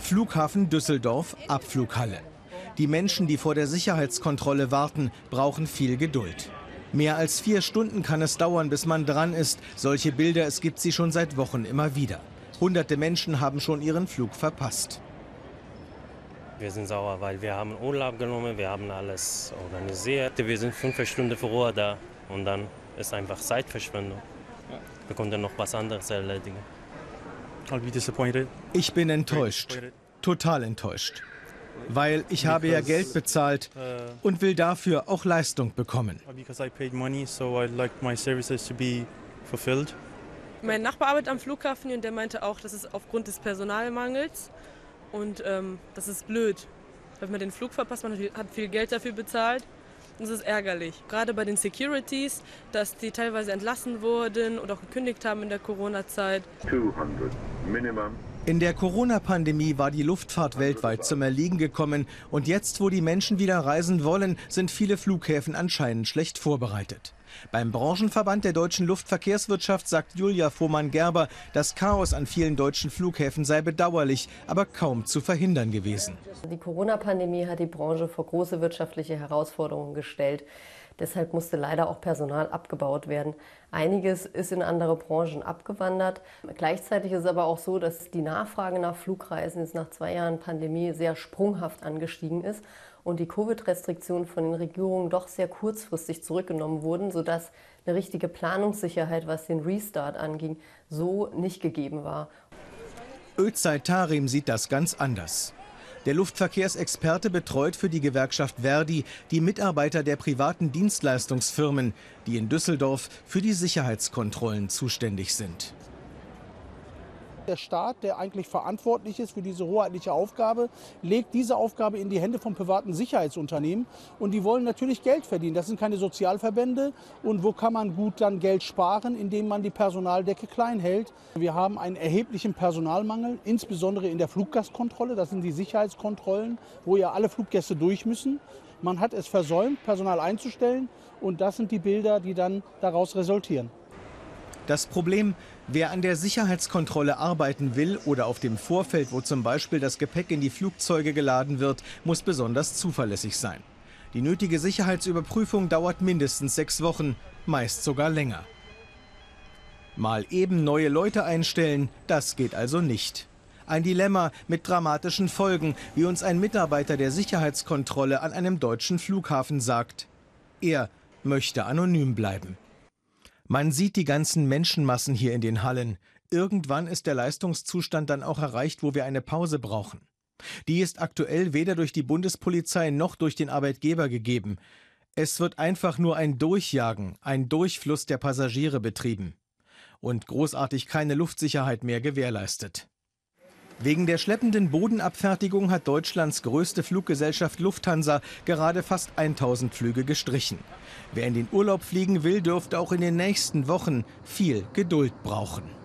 Flughafen Düsseldorf, Abflughalle. Die Menschen, die vor der Sicherheitskontrolle warten, brauchen viel Geduld. Mehr als 4 Stunden kann es dauern, bis man dran ist. Solche Bilder, es gibt sie schon seit Wochen immer wieder. Hunderte Menschen haben schon ihren Flug verpasst. Wir sind sauer, weil wir haben Urlaub genommen, wir haben alles organisiert. Wir sind 5 Stunden vorher da und dann ist einfach Zeitverschwendung. Wir konnten noch was anderes erledigen. Ich bin enttäuscht, total enttäuscht. Weil ich habe ja Geld bezahlt und will dafür auch Leistung bekommen. Mein Nachbar arbeitet am Flughafen und der meinte auch, das ist aufgrund des Personalmangels. Und das ist blöd, wenn man den Flug verpasst, man hat viel Geld dafür bezahlt. Das ist ärgerlich. Gerade bei den Securities, dass die teilweise entlassen wurden oder auch gekündigt haben in der Corona-Zeit. 200 Minimum. In der Corona-Pandemie war die Luftfahrt weltweit zum Erliegen gekommen. Und jetzt, wo die Menschen wieder reisen wollen, sind viele Flughäfen anscheinend schlecht vorbereitet. Beim Branchenverband der deutschen Luftverkehrswirtschaft sagt Julia Fohmann-Gerber, das Chaos an vielen deutschen Flughäfen sei bedauerlich, aber kaum zu verhindern gewesen. Die Corona-Pandemie hat die Branche vor große wirtschaftliche Herausforderungen gestellt. Deshalb musste leider auch Personal abgebaut werden. Einiges ist in andere Branchen abgewandert. Gleichzeitig ist es aber auch so, dass die Nachfrage nach Flugreisen jetzt nach 2 Jahren Pandemie sehr sprunghaft angestiegen ist und die Covid-Restriktionen von den Regierungen doch sehr kurzfristig zurückgenommen wurden, sodass eine richtige Planungssicherheit, was den Restart anging, so nicht gegeben war. Özay Tarim sieht das ganz anders. Der Luftverkehrsexperte betreut für die Gewerkschaft Verdi die Mitarbeiter der privaten Dienstleistungsfirmen, die in Düsseldorf für die Sicherheitskontrollen zuständig sind. Der Staat, der eigentlich verantwortlich ist für diese hoheitliche Aufgabe, legt diese Aufgabe in die Hände von privaten Sicherheitsunternehmen. Und die wollen natürlich Geld verdienen. Das sind keine Sozialverbände. Und wo kann man gut dann Geld sparen, indem man die Personaldecke klein hält? Wir haben einen erheblichen Personalmangel, insbesondere in der Fluggastkontrolle. Das sind die Sicherheitskontrollen, wo ja alle Fluggäste durch müssen. Man hat es versäumt, Personal einzustellen. Und das sind die Bilder, die dann daraus resultieren. Das Problem, wer an der Sicherheitskontrolle arbeiten will oder auf dem Vorfeld, wo zum Beispiel das Gepäck in die Flugzeuge geladen wird, muss besonders zuverlässig sein. Die nötige Sicherheitsüberprüfung dauert mindestens 6 Wochen, meist sogar länger. Mal eben neue Leute einstellen, das geht also nicht. Ein Dilemma mit dramatischen Folgen, wie uns ein Mitarbeiter der Sicherheitskontrolle an einem deutschen Flughafen sagt. Er möchte anonym bleiben. Man sieht die ganzen Menschenmassen hier in den Hallen. Irgendwann ist der Leistungszustand dann auch erreicht, wo wir eine Pause brauchen. Die ist aktuell weder durch die Bundespolizei noch durch den Arbeitgeber gegeben. Es wird einfach nur ein Durchjagen, ein Durchfluss der Passagiere betrieben. Und großartig keine Luftsicherheit mehr gewährleistet. Wegen der schleppenden Bodenabfertigung hat Deutschlands größte Fluggesellschaft Lufthansa gerade fast 1000 Flüge gestrichen. Wer in den Urlaub fliegen will, dürfte auch in den nächsten Wochen viel Geduld brauchen.